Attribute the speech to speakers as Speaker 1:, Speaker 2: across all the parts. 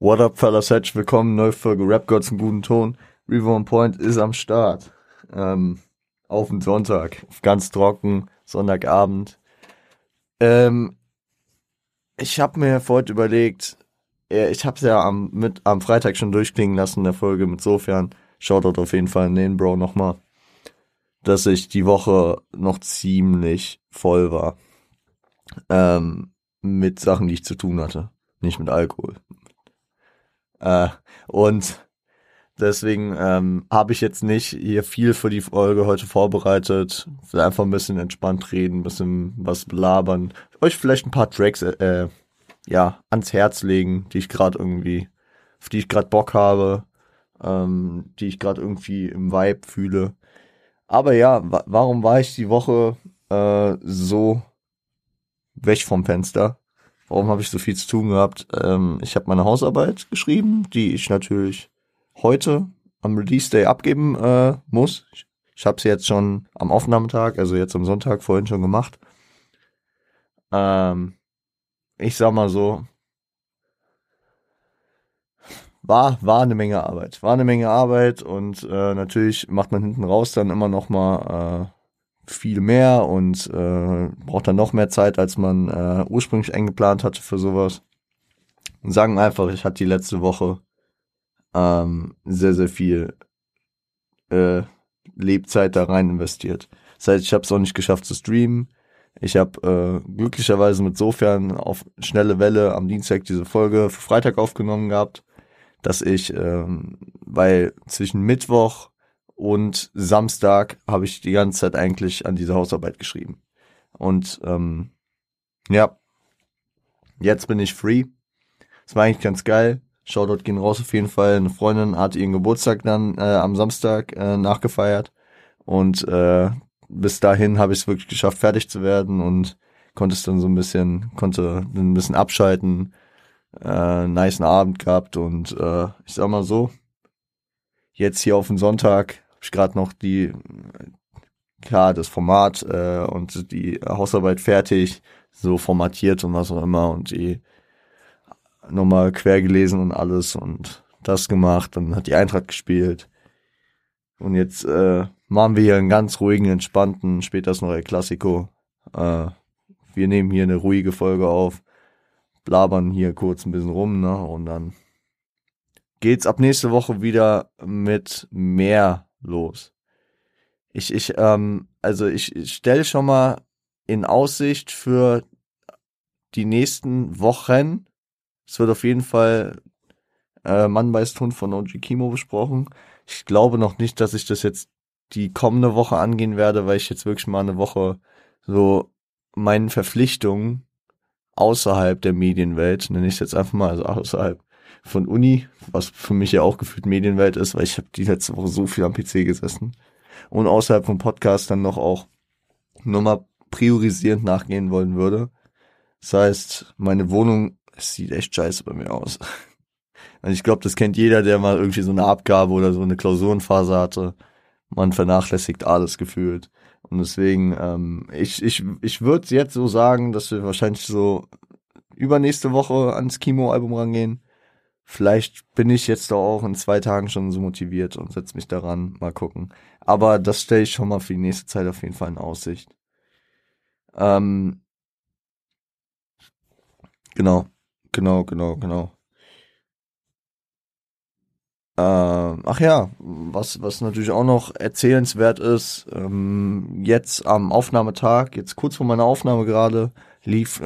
Speaker 1: What up, fellas, herzlich willkommen, neue Folge Rap Gods im guten Ton. Revo on Point ist am Start. Auf den Sonntag, ganz trocken, Sonntagabend. Ich habe mir für heute überlegt, ich habe es ja am Freitag schon durchklingen lassen in der Folge, insofern Shoutout auf jeden Fall an den Bro nochmal, dass ich die Woche noch ziemlich voll war. Mit Sachen, die ich zu tun hatte, nicht mit Alkohol. Und deswegen habe ich jetzt nicht hier viel für die Folge heute vorbereitet. Will einfach ein bisschen entspannt reden, ein bisschen was labern. Euch vielleicht ein paar Tracks ans Herz legen, auf die ich gerade Bock habe, die ich gerade irgendwie im Vibe fühle. Aber ja, warum war ich die Woche so weg vom Fenster? Warum habe ich so viel zu tun gehabt? Ich habe meine Hausarbeit geschrieben, die ich natürlich heute am Release Day abgeben muss. Ich habe sie jetzt schon am Aufnahmetag, also jetzt am Sonntag vorhin schon gemacht. Ich sag mal so, war eine Menge Arbeit. War eine Menge Arbeit und natürlich macht man hinten raus dann immer noch mal viel mehr und braucht dann noch mehr Zeit, als man ursprünglich eingeplant hatte für sowas. Und sagen einfach, ich hatte die letzte Woche sehr, sehr viel Lebzeit da rein investiert. Das heißt, ich habe es auch nicht geschafft zu streamen. Ich habe glücklicherweise mit Sofern auf schnelle Welle am Dienstag diese Folge für Freitag aufgenommen gehabt, dass ich, weil zwischen Mittwoch und Samstag habe ich die ganze Zeit eigentlich an diese Hausarbeit geschrieben. Und jetzt bin ich free. Das war eigentlich ganz geil. Shoutout gehen raus auf jeden Fall. Eine Freundin hat ihren Geburtstag dann am Samstag nachgefeiert. Und bis dahin habe ich es wirklich geschafft, fertig zu werden und konnte ein bisschen abschalten. Nicen Abend gehabt und ich sag mal so, jetzt hier auf den Sonntag habe ich gerade noch das Format und die Hausarbeit fertig, so formatiert und was auch immer und die nochmal quer gelesen und alles und das gemacht, dann hat die Eintracht gespielt und jetzt machen wir hier einen ganz ruhigen, entspannten, später ist noch El Clasico. Wir nehmen hier eine ruhige Folge auf, blabern hier kurz ein bisschen rum, ne, und dann geht's ab nächste Woche wieder mit mehr los. Ich stelle schon mal in Aussicht für die nächsten Wochen. Es wird auf jeden Fall Mann beißt Hund von OG Kimo besprochen. Ich glaube noch nicht, dass ich das jetzt die kommende Woche angehen werde, weil ich jetzt wirklich mal eine Woche so meinen Verpflichtungen außerhalb der Medienwelt, nenne ich es jetzt einfach mal, also außerhalb von Uni, was für mich ja auch gefühlt Medienwelt ist, weil ich habe die letzte Woche so viel am PC gesessen und außerhalb vom Podcast dann noch auch nochmal priorisierend nachgehen wollen würde. Das heißt, meine Wohnung, es sieht echt scheiße bei mir aus. Und ich glaube, das kennt jeder, der mal irgendwie so eine Abgabe oder so eine Klausurenphase hatte. Man vernachlässigt alles gefühlt. Und deswegen, ich würde jetzt so sagen, dass wir wahrscheinlich so übernächste Woche ans Kimo-Album rangehen. Vielleicht bin ich jetzt auch in 2 Tagen schon so motiviert und setze mich daran. Mal gucken. Aber das stelle ich schon mal für die nächste Zeit auf jeden Fall in Aussicht. Genau. Ach ja, was natürlich auch noch erzählenswert ist, jetzt am Aufnahmetag, jetzt kurz vor meiner Aufnahme gerade, lief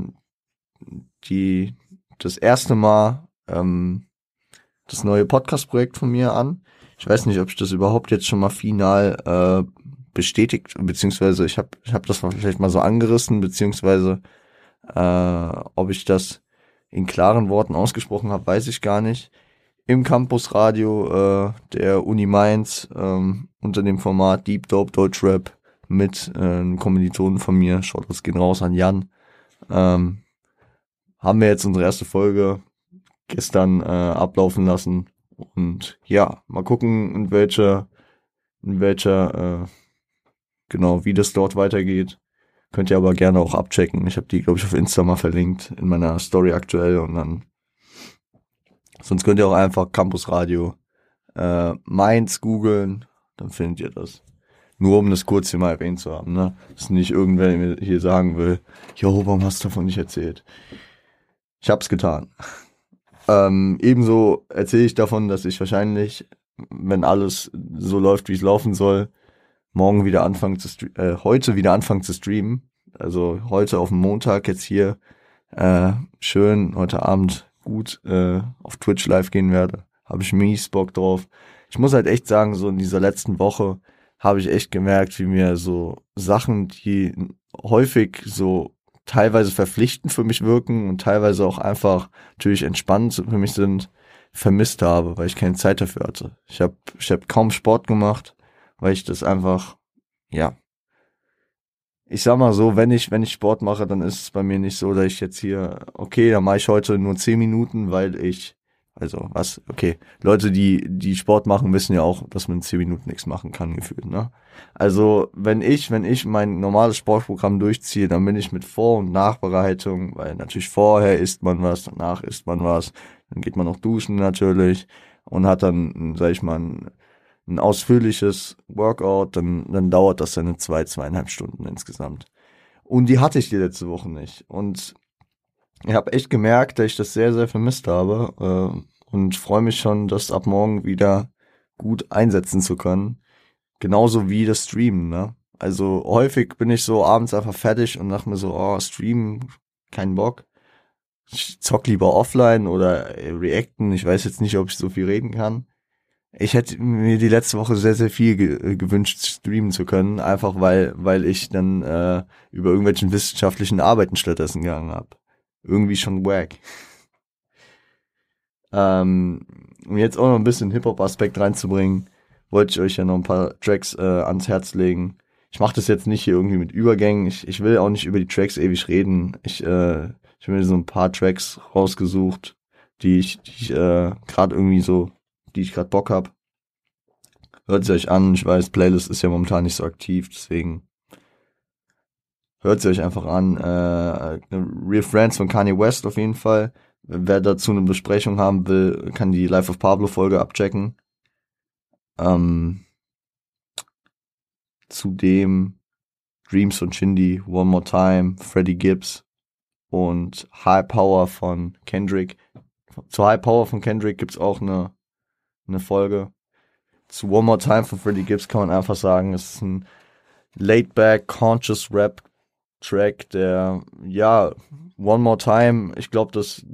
Speaker 1: das erste Mal das neue Podcast-Projekt von mir an. Ich weiß nicht, ob ich das überhaupt jetzt schon mal final bestätigt, beziehungsweise ich hab das vielleicht mal so angerissen, beziehungsweise ob ich das in klaren Worten ausgesprochen habe, weiß ich gar nicht. Im Campusradio der Uni Mainz unter dem Format Deep Dope Deutschrap mit einem Kommilitonen von mir, Shoutouts gehen raus an Jan, haben wir jetzt unsere erste Folge gestern ablaufen lassen und ja, mal gucken in welcher genau, wie das dort weitergeht. Könnt ihr aber gerne auch abchecken. Ich habe die, glaube ich, auf Insta mal verlinkt in meiner Story aktuell und dann Sonst könnt ihr auch einfach Campus Radio Mainz googeln, dann findet ihr das. Nur um das kurz hier mal erwähnt zu haben, ne? Dass nicht irgendwer mir hier sagen will, jo, warum hast du davon nicht erzählt? Ich hab's getan. Ebenso erzähle ich davon, dass ich wahrscheinlich, wenn alles so läuft, wie es laufen soll, heute wieder anfangen zu streamen. Also heute auf dem Montag jetzt hier schön heute Abend gut auf Twitch live gehen werde. Habe ich mies Bock drauf. Ich muss halt echt sagen, so in dieser letzten Woche habe ich echt gemerkt, wie mir so Sachen, die häufig so teilweise verpflichtend für mich wirken und teilweise auch einfach natürlich entspannend für mich sind, vermisst habe, weil ich keine Zeit dafür hatte. Ich hab kaum Sport gemacht, weil ich das einfach, ja, ich sag mal so, wenn ich Sport mache, dann ist es bei mir nicht so, dass ich jetzt hier, okay, dann mache ich heute nur 10 Minuten, okay, Leute, die Sport machen, wissen ja auch, dass man in 10 Minuten nichts machen kann, gefühlt, ne? Also, wenn ich mein normales Sportprogramm durchziehe, dann bin ich mit Vor- und Nachbereitung, weil natürlich vorher isst man was, danach isst man was, dann geht man noch duschen natürlich und hat dann, sag ich mal, ein ausführliches Workout, dann dauert das dann 2,5 Stunden insgesamt. Und die hatte ich die letzte Woche nicht. Und ich habe echt gemerkt, dass ich das sehr, sehr vermisst habe und freue mich schon, das ab morgen wieder gut einsetzen zu können. Genauso wie das Streamen, ne? Also häufig bin ich so abends einfach fertig und dachte mir so, oh, Streamen, kein Bock. Ich zock lieber offline oder reacten. Ich weiß jetzt nicht, ob ich so viel reden kann. Ich hätte mir die letzte Woche sehr, sehr viel gewünscht, streamen zu können, einfach weil ich dann über irgendwelchen wissenschaftlichen Arbeiten stattdessen gegangen habe. Irgendwie schon wack. Um jetzt auch noch ein bisschen Hip-Hop-Aspekt reinzubringen, wollte ich euch ja noch ein paar Tracks ans Herz legen. Ich mache das jetzt nicht hier irgendwie mit Übergängen. Ich will auch nicht über die Tracks ewig reden. Ich habe mir so ein paar Tracks rausgesucht, die ich gerade irgendwie so, die ich gerade Bock hab. Hört sie euch an. Ich weiß, Playlist ist ja momentan nicht so aktiv, deswegen hört sie euch einfach an. Real Friends von Kanye West auf jeden Fall. Wer dazu eine Besprechung haben will, kann die Life of Pablo Folge abchecken. Zudem Dreams von Shindy, One More Time, Freddie Gibbs und High Power von Kendrick. Zu High Power von Kendrick gibt's auch eine Folge. Zu One More Time von Freddie Gibbs kann man einfach sagen, es ist ein laid-back, conscious Rap-Track, der, ja, One More Time, ich glaube, das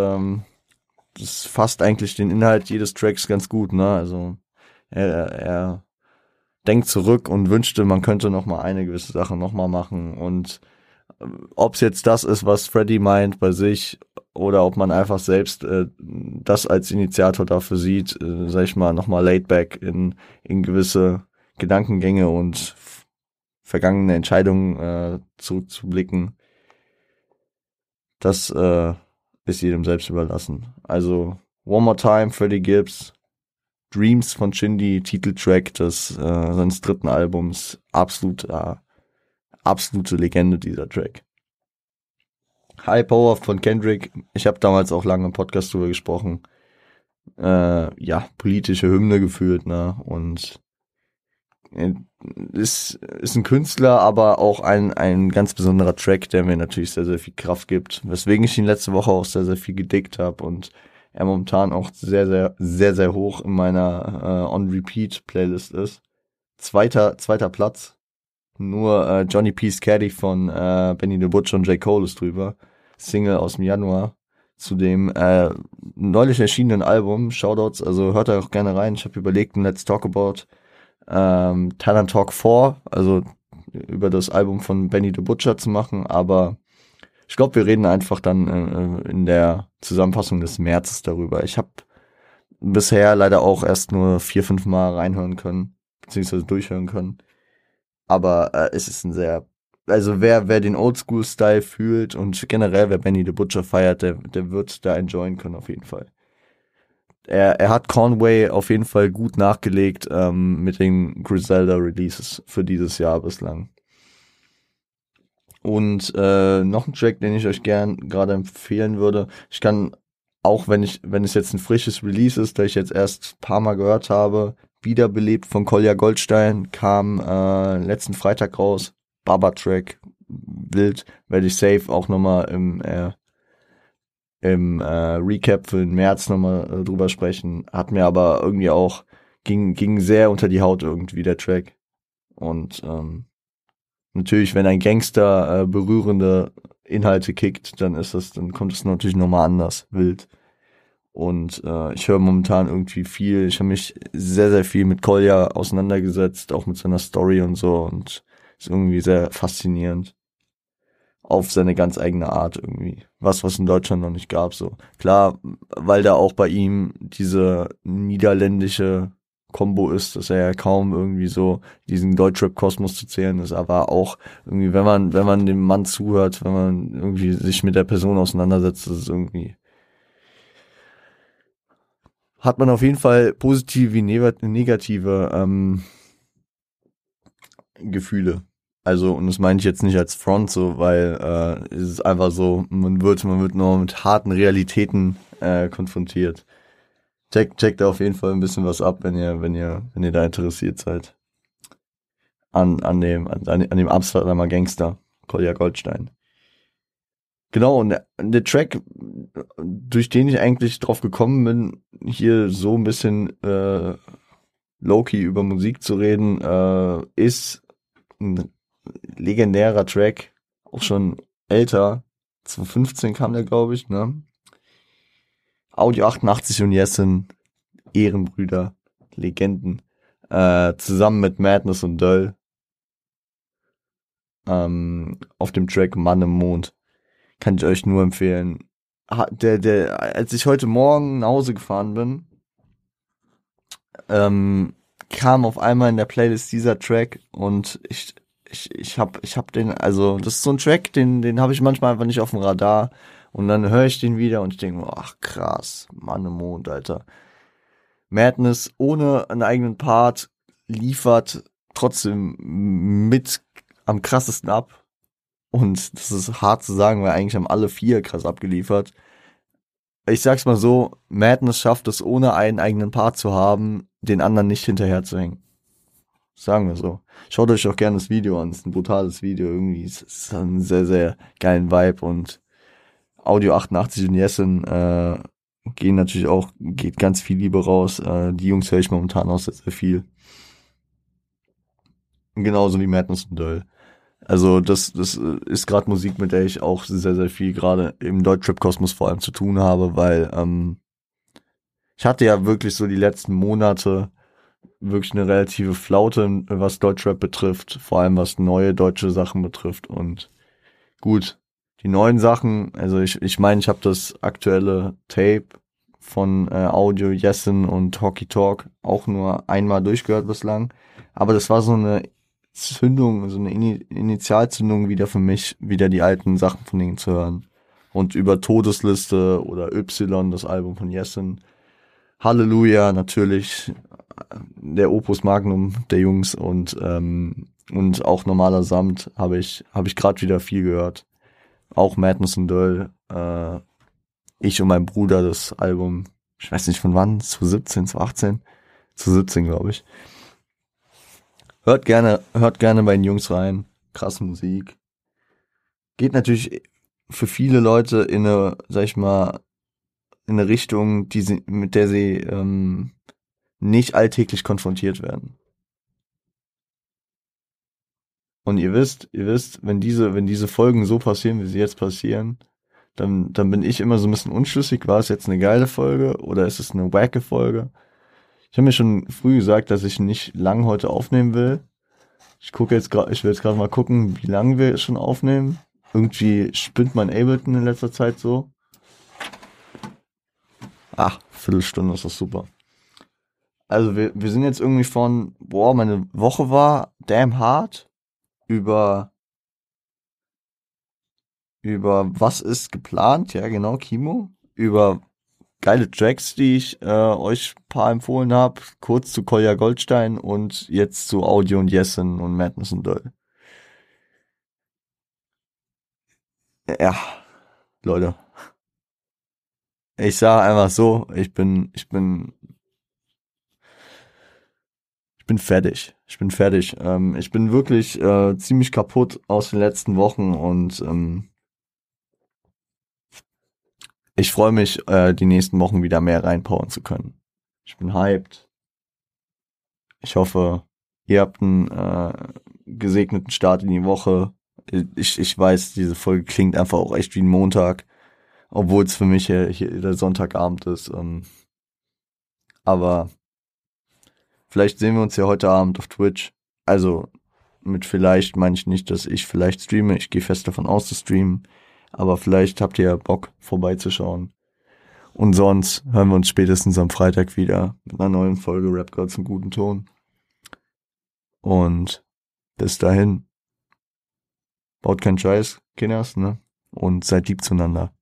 Speaker 1: fasst eigentlich den Inhalt jedes Tracks ganz gut, ne? Also er denkt zurück und wünschte, man könnte noch mal eine gewisse Sache noch mal machen. Und ob es jetzt das ist, was Freddie meint bei sich, oder ob man einfach selbst das als Initiator dafür sieht, sag ich mal, noch mal laid back in gewisse Gedankengänge und vergangene Entscheidungen zurückzublicken, das ist jedem selbst überlassen. Also One More Time, Freddie Gibbs, Dreams von Shindy, Titeltrack seines dritten Albums, absolute Legende dieser Track. High Power von Kendrick, ich habe damals auch lange im Podcast drüber gesprochen, politische Hymne gefühlt, ne, und ist ein Künstler, aber auch ein ganz besonderer Track, der mir natürlich sehr, sehr viel Kraft gibt, weswegen ich ihn letzte Woche auch sehr, sehr viel gedickt habe und er momentan auch sehr, sehr, sehr, sehr hoch in meiner On-Repeat-Playlist ist. Zweiter Platz. Nur Johnny P's Caddy von Benny the Butcher und J. Cole ist drüber. Single aus dem Januar. Zu dem neulich erschienenen Album. Shoutouts, also hört da auch gerne rein. Ich habe überlegt, ein Let's Talk About Talent Talk 4, also über das Album von Benny the Butcher zu machen, aber ich glaube, wir reden einfach dann in der Zusammenfassung des Märzes darüber. Ich habe bisher leider auch erst nur 4-5 Mal reinhören können, beziehungsweise durchhören können. Aber es ist ein sehr, also wer den Oldschool-Style fühlt und generell wer Benny the Butcher feiert, der wird da enjoyen können auf jeden Fall. Er hat Conway auf jeden Fall gut nachgelegt mit den Griselda-Releases für dieses Jahr bislang. Und noch ein Track, den ich euch gern gerade empfehlen würde. Ich kann auch wenn es jetzt ein frisches Release ist, das ich jetzt erst ein paar Mal gehört habe, Wiederbelebt von Kolja Goldstein, kam letzten Freitag raus. Baba-Track, wild, werde ich safe auch nochmal im Recap für den März nochmal drüber sprechen. Hat mir aber irgendwie auch, ging sehr unter die Haut irgendwie der Track. Und natürlich, wenn ein Gangster berührende Inhalte kickt, dann kommt es natürlich nochmal anders, wild. Und ich höre momentan irgendwie viel, ich habe mich sehr, sehr viel mit Kolja auseinandergesetzt, auch mit seiner Story und so, und ist irgendwie sehr faszinierend. Auf seine ganz eigene Art irgendwie. Was in Deutschland noch nicht gab, so. Klar, weil da auch bei ihm diese niederländische Kombo ist, dass er ja kaum irgendwie so diesen Deutschrap-Kosmos zu zählen ist, aber auch irgendwie, wenn man dem Mann zuhört, wenn man irgendwie sich mit der Person auseinandersetzt, das ist irgendwie, hat man auf jeden Fall positive wie negative Gefühle. Also, und das meine ich jetzt nicht als Front so, weil es ist einfach so, man wird nur mit harten Realitäten konfrontiert. Checkt da auf jeden Fall ein bisschen was ab, wenn ihr da interessiert seid. An dem Amsterdamer Gangster, Kolja Goldstein. Genau, und der Track, durch den ich eigentlich drauf gekommen bin, hier so ein bisschen low-key über Musik zu reden, ist ein legendärer Track, auch schon älter. 2015 kam der, glaube ich, ne? Audio 88 und Jessen, Ehrenbrüder, Legenden, zusammen mit Madness und Döll, auf dem Track Mann im Mond. Kann ich euch nur empfehlen. Als ich heute Morgen nach Hause gefahren bin, kam auf einmal in der Playlist dieser Track und ich hab den, also das ist so ein Track, den habe ich manchmal einfach nicht auf dem Radar und dann höre ich den wieder und ich denke mir, ach krass, Mann im Mond, Alter. Madness ohne einen eigenen Part liefert trotzdem mit am krassesten ab und das ist hart zu sagen, weil eigentlich haben alle vier krass abgeliefert. Ich sag's mal so, Madness schafft es, ohne einen eigenen Part zu haben, den anderen nicht hinterher zu hängen. Sagen wir so. Schaut euch auch gerne das Video an. Es ist ein brutales Video irgendwie. Es ist ein sehr, sehr geilen Vibe und Audio 88 und Jessen geht ganz viel Liebe raus. Die Jungs höre ich momentan auch sehr, sehr viel. Genauso wie Madness und Döll. Also das ist gerade Musik, mit der ich auch sehr, sehr viel gerade im Deutschrap-Kosmos vor allem zu tun habe, weil ich hatte ja wirklich so die letzten Monate wirklich eine relative Flaute, was Deutschrap betrifft, vor allem was neue deutsche Sachen betrifft. Und gut, die neuen Sachen, also ich meine, ich habe das aktuelle Tape von Audio Jessen und Hockey Talk auch nur einmal durchgehört bislang. Aber das war so eine Zündung, so eine Initialzündung wieder für mich, wieder die alten Sachen von denen zu hören. Und über Todesliste oder Y, das Album von Jessen, Halleluja, natürlich, der Opus Magnum der Jungs und auch normaler Samt habe ich gerade wieder viel gehört. Auch Madness und Döll, ich und mein Bruder, das Album, ich weiß nicht von wann, 2017, 2018, 2017 glaube ich. Hört gerne bei den Jungs rein, krasse Musik. Geht natürlich für viele Leute in eine, sag ich mal, in eine Richtung, mit der sie nicht alltäglich konfrontiert werden. Und ihr wisst, wenn diese Folgen so passieren, wie sie jetzt passieren, dann bin ich immer so ein bisschen unschlüssig, war es jetzt eine geile Folge oder ist es eine wacke Folge? Ich habe mir schon früh gesagt, dass ich nicht lang heute aufnehmen will. Ich will jetzt gerade mal gucken, wie lange wir schon aufnehmen. Irgendwie spinnt mein Ableton in letzter Zeit so. Ach, Viertelstunde ist das super. Also wir sind jetzt irgendwie von, meine Woche war damn hart über was ist geplant, ja genau, Kimo, über geile Tracks, die ich euch ein paar empfohlen habe, kurz zu Kolja Goldstein und jetzt zu Audio und Jessen und Madness und Döll. Ja, Leute, ich sage einfach so, ich bin fertig. Ich bin fertig. Ich bin wirklich ziemlich kaputt aus den letzten Wochen und ich freue mich, die nächsten Wochen wieder mehr reinpowern zu können. Ich bin hyped. Ich hoffe, ihr habt einen gesegneten Start in die Woche. Ich weiß, diese Folge klingt einfach auch echt wie ein Montag, obwohl es für mich hier der Sonntagabend ist. Aber vielleicht sehen wir uns ja heute Abend auf Twitch. Also mit vielleicht meine ich nicht, dass ich vielleicht streame. Ich gehe fest davon aus zu streamen. Aber vielleicht habt ihr ja Bock vorbeizuschauen. Und sonst hören wir uns spätestens am Freitag wieder mit einer neuen Folge Rap God zum guten Ton. Und bis dahin, baut keinen Scheiß, Kinders, ne? Und seid lieb zueinander.